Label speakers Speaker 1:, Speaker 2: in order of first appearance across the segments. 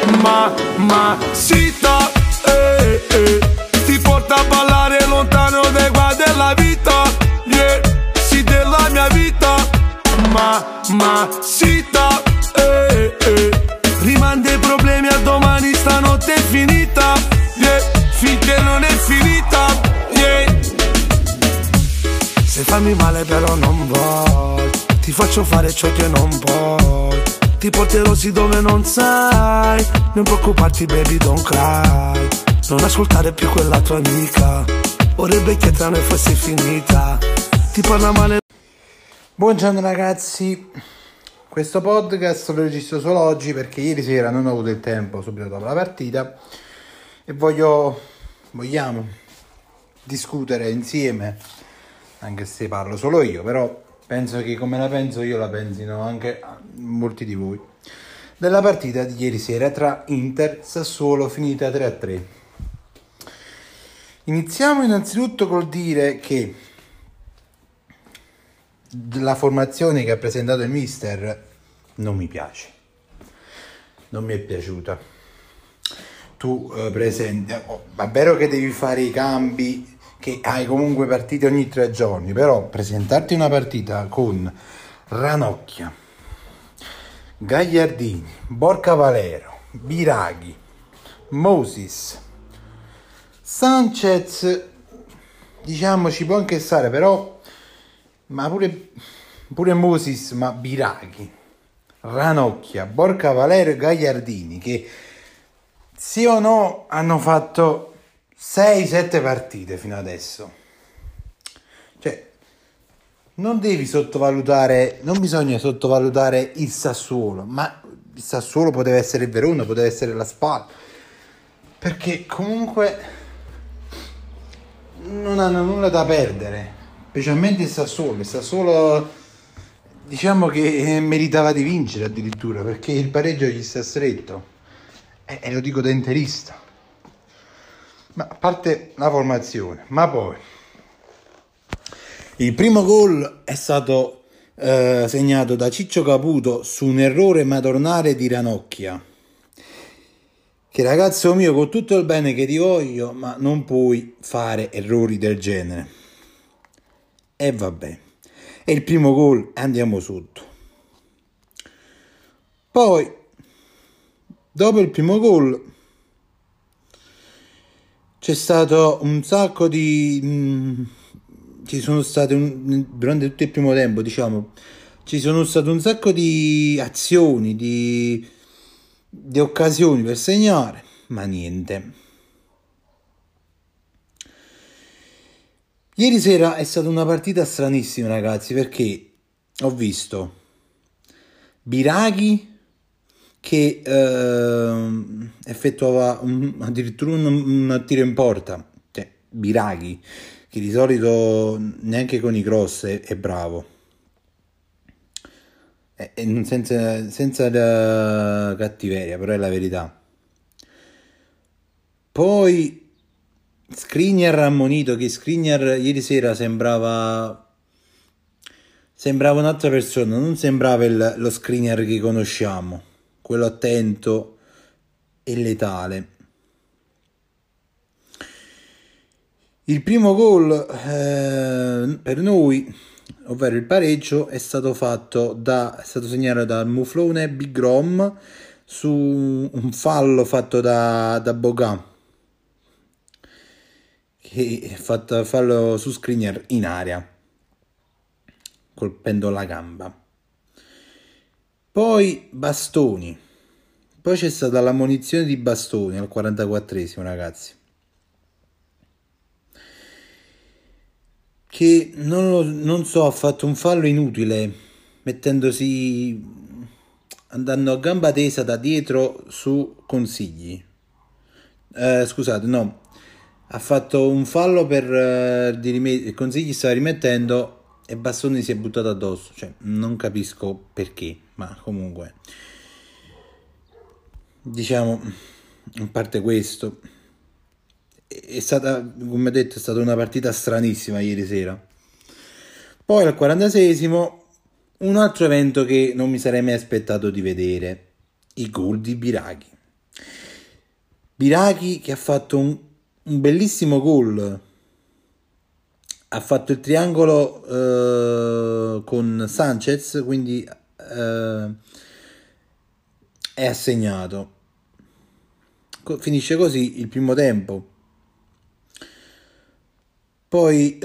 Speaker 1: Mamacita, ti porta a ballare lontano dai guai della vita, yeah, sì della mia vita. Mamacita, rimanda i problemi a domani, stanotte è finita, yeah, finché non è finita, yeah. Se fammi male però non vuoi, ti faccio fare ciò che non puoi, ti porterò sì dove non sai, non preoccuparti baby don't cry, non ascoltare più quella tua amica, vorrebbe che tra noi fosse finita, ti parla male.
Speaker 2: Buongiorno ragazzi, questo podcast lo registro solo oggi perché ieri sera non ho avuto il tempo subito dopo la partita e vogliamo discutere insieme, anche se parlo solo io, però penso che come la penso io la pensino anche molti di voi, della partita di ieri sera tra Inter Sassuolo finita 3-3. Iniziamo innanzitutto col dire che la formazione che ha presentato il mister non mi piace, non mi è piaciuta. Tu presenti, va vero che devi fare i cambi, che hai comunque partite ogni 3 giorni, però presentarti una partita con Ranocchia, Gagliardini, Borca Valero, Biraghi, Moses, Sanchez, diciamo ci può anche stare, però ma pure Moses, ma Biraghi, Ranocchia, Borca Valero e Gagliardini, che sì o no hanno fatto 6-7 partite fino adesso, cioè non bisogna sottovalutare il Sassuolo, ma il Sassuolo poteva essere il Verona, poteva essere la Spal, perché comunque non hanno nulla da perdere, specialmente il Sassuolo diciamo che meritava di vincere addirittura, perché il pareggio gli sta stretto, e lo dico da interista. Ma a parte la formazione, ma poi il primo gol è stato segnato da Ciccio Caputo su un errore madornale di Ranocchia, che ragazzo mio, con tutto il bene che ti voglio, ma non puoi fare errori del genere. E vabbè, è il primo gol e andiamo sotto. Poi dopo il primo gol c'è stato un sacco di ci sono state durante tutto il primo tempo, diciamo, ci sono state un sacco di azioni, di occasioni per segnare, ma niente. Ieri sera è stata una partita stranissima ragazzi, perché ho visto Biraghi che effettuava addirittura un tiro in porta, cioè Biraghi che di solito neanche con i cross è bravo, senza cattiveria, però è la verità. Poi Skriniar ammonito, che Skriniar ieri sera sembrava un'altra persona, non sembrava lo Skriniar che conosciamo, quello attento e letale. Il primo gol per noi, ovvero il pareggio, è stato segnato dal muflone Big Rom su un fallo fatto da Boga, che ha fatto fallo su Skriniar in area, colpendo la gamba. Poi Bastoni, poi c'è stata l'ammonizione di Bastoni al 44esimo ragazzi, che non so, ha fatto un fallo inutile, andando a gamba tesa da dietro su Consigli, scusate, no, ha fatto un fallo per Consigli stava rimettendo e Bastoni si è buttato addosso, cioè non capisco perché, ma comunque diciamo, a parte questo, è stata, come ho detto, è stata una partita stranissima ieri sera. Poi al 46esimo un altro evento che non mi sarei mai aspettato di vedere: i gol di Biraghi. Biraghi che ha fatto un bellissimo gol, ha fatto il triangolo con Sanchez, quindi è assegnato. Finisce così il primo tempo. Poi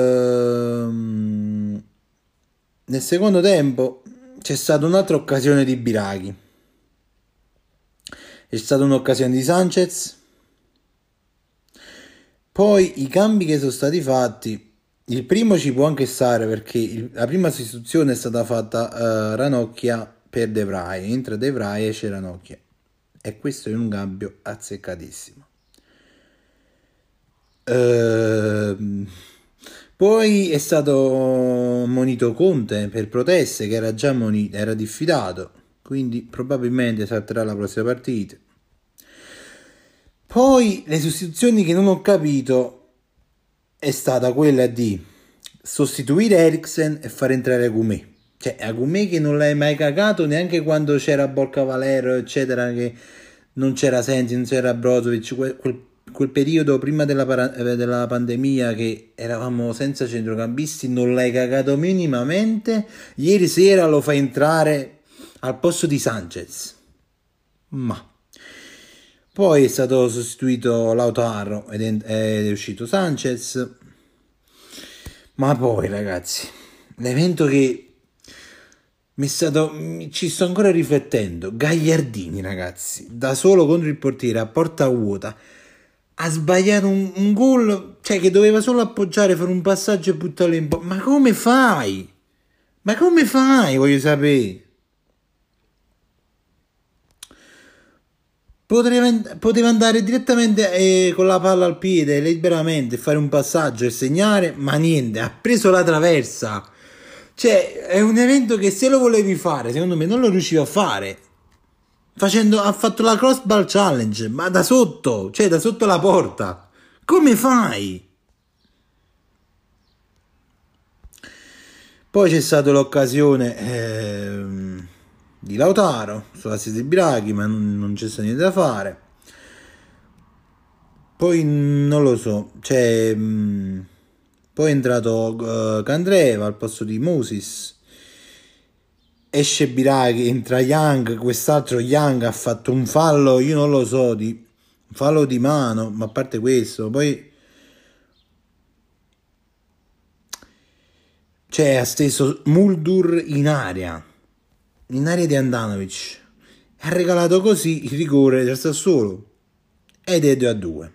Speaker 2: nel secondo tempo c'è stata un'altra occasione di Biraghi. È stata un'occasione di Sanchez. Poi i cambi che sono stati fatti, il primo ci può anche stare perché la prima sostituzione è stata fatta Ranocchia per De Vrij, entra De Vrij e esce Ranocchia, e questo è un cambio azzeccatissimo. Poi è stato monito Conte per proteste, che era già era diffidato, quindi probabilmente salterà la prossima partita. Poi le sostituzioni che non ho capito è stata quella di sostituire Eriksen e far entrare Agumé. Cioè Agumé che non l'hai mai cagato neanche quando c'era Borca Valero eccetera, che non c'era Sensi, non c'era Brozovic, quel periodo prima della pandemia che eravamo senza centrocampisti, non l'hai cagato minimamente. Ieri sera lo fai entrare al posto di Sanchez. Ma poi è stato sostituito Lautaro ed è uscito Sanchez. Ma poi ragazzi, l'evento che ci sto ancora riflettendo, Gagliardini ragazzi, da solo contro il portiere a porta vuota, ha sbagliato un gol, cioè che doveva solo appoggiare, fare un passaggio e buttarlo in ma come fai? Ma come fai, voglio sapere? Poteva andare direttamente con la palla al piede, liberamente, fare un passaggio e segnare, ma niente, ha preso la traversa. Cioè, è un evento che se lo volevi fare, secondo me non lo riusciva a fare. Ha fatto la crossbar challenge, ma da sotto, cioè da sotto la porta. Come fai? Poi c'è stata l'occasione di Lautaro sull'assist di Biraghi, ma non c'è stato niente da fare. Poi non lo so, cioè poi è entrato Candreva al posto di Moses, esce Biraghi, entra Young, quest'altro Young ha fatto un fallo, io non lo so, un fallo di mano, ma a parte questo, poi cioè ha steso Muldur in area di Andanovic, ha regalato così il rigore del Sassuolo ed è 2-2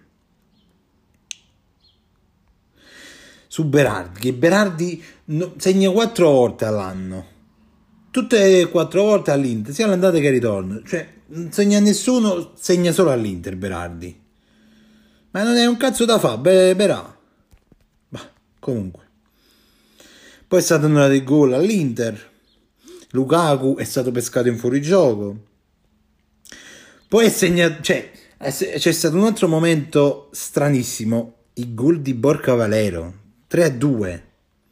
Speaker 2: su Berardi, che Berardi segna 4 volte all'anno, tutte e 4 volte all'Inter, sia all'andata che al ritorno, cioè non segna nessuno, segna solo all'Inter Berardi, ma non è un cazzo da fare, Berà. Comunque poi è stato annullato il gol all'Inter, Lukaku è stato pescato in fuorigioco, poi è segnato, cioè c'è stato un altro momento stranissimo, il gol di Borca Valero 3-2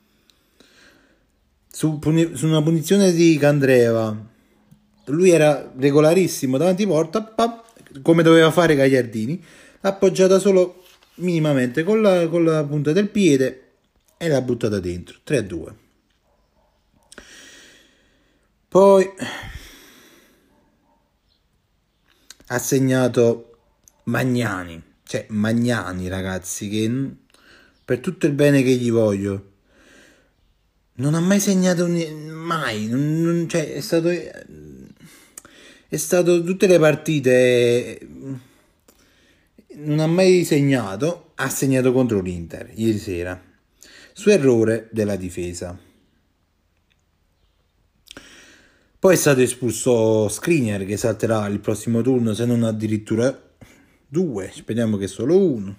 Speaker 2: su una punizione di Candreva. Lui era regolarissimo davanti porta, come doveva fare Gagliardini, l'ha appoggiata solo minimamente con la punta del piede e l'ha buttata dentro, 3-2. Poi ha segnato Magnani, ragazzi, che per tutto il bene che gli voglio non ha mai segnato mai, cioè è stato tutte le partite, non ha mai segnato, ha segnato contro l'Inter ieri sera su errore della difesa. Poi è stato espulso Skriniar, che salterà il prossimo turno, se non addirittura 2, speriamo che solo 1.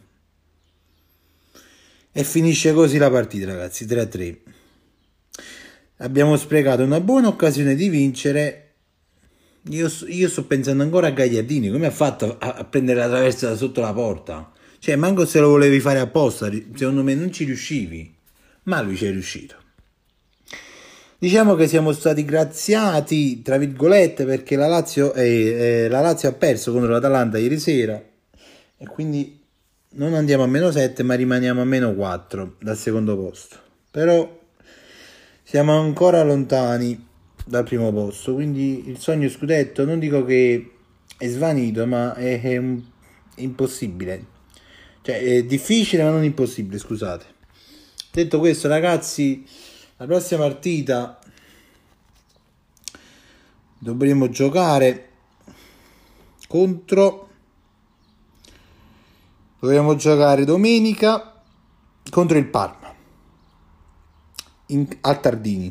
Speaker 2: E finisce così la partita, ragazzi, 3-3. Abbiamo sprecato una buona occasione di vincere. Io sto pensando ancora a Gagliardini, come ha fatto a prendere la traversa da sotto la porta? Cioè, manco se lo volevi fare apposta, secondo me non ci riuscivi, ma lui ci è riuscito. Diciamo che siamo stati graziati, tra virgolette, perché la Lazio ha perso contro l'Atalanta ieri sera e quindi non andiamo a -7 ma rimaniamo a -4 dal secondo posto. Però siamo ancora lontani dal primo posto, quindi il sogno scudetto non dico che è svanito, ma è impossibile. Cioè è difficile ma non impossibile, scusate. Detto questo, ragazzi, la prossima partita dovremo giocare domenica contro il Parma al Tardini,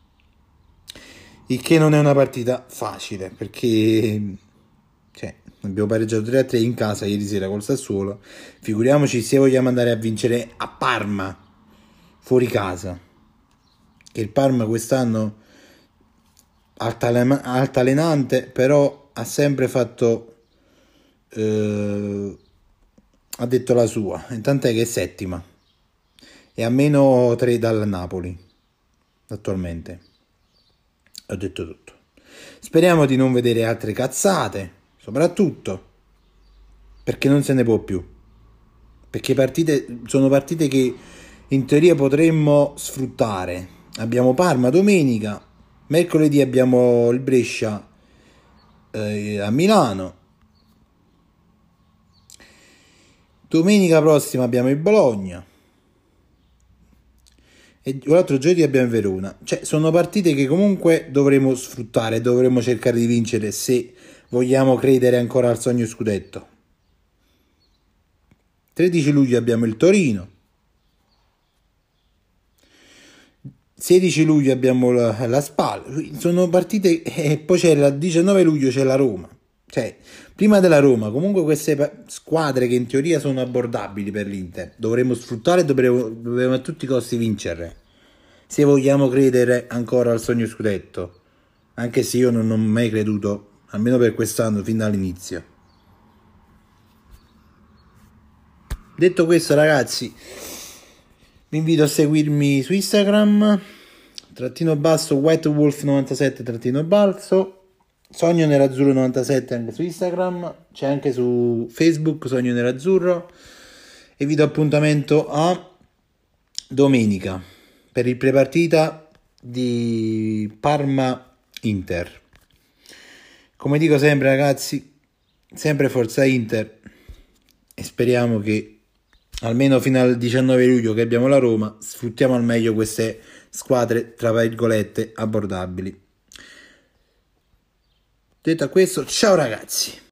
Speaker 2: il che non è una partita facile perché abbiamo pareggiato 3-3 in casa ieri sera col Sassuolo, figuriamoci se vogliamo andare a vincere a Parma fuori casa, che il Parma quest'anno altalenante, però ha sempre fatto ha detto la sua, tant'è che è settima e a -3 dal Napoli attualmente. Ho detto tutto. Speriamo di non vedere altre cazzate, soprattutto perché non se ne può più, perché sono partite che in teoria potremmo sfruttare. Abbiamo Parma domenica, mercoledì abbiamo il Brescia a Milano, domenica prossima abbiamo il Bologna e l'altro giovedì abbiamo il Verona. Cioè sono partite che comunque dovremo sfruttare, dovremo cercare di vincere se vogliamo credere ancora al sogno scudetto. 13 luglio abbiamo il Torino, 16 luglio abbiamo la Spal, sono partite, e poi c'è il 19 luglio c'è la Roma. Cioè prima della Roma comunque queste squadre che in teoria sono abbordabili per l'Inter dovremo sfruttare e dovremo a tutti i costi vincere se vogliamo credere ancora al sogno scudetto, anche se io non ho mai creduto, almeno per quest'anno, fin dall'inizio. Detto questo, ragazzi, vi invito a seguirmi su Instagram _WhiteWolf97 Sogno Nerazzurro 97 anche su Instagram, c'è anche su Facebook Sogno Nerazzurro, e vi do appuntamento a domenica per il prepartita di Parma Inter. Come dico sempre, ragazzi, sempre forza Inter, e speriamo che almeno fino al 19 luglio che abbiamo la Roma sfruttiamo al meglio queste squadre tra virgolette abbordabili. Detto questo, ciao ragazzi.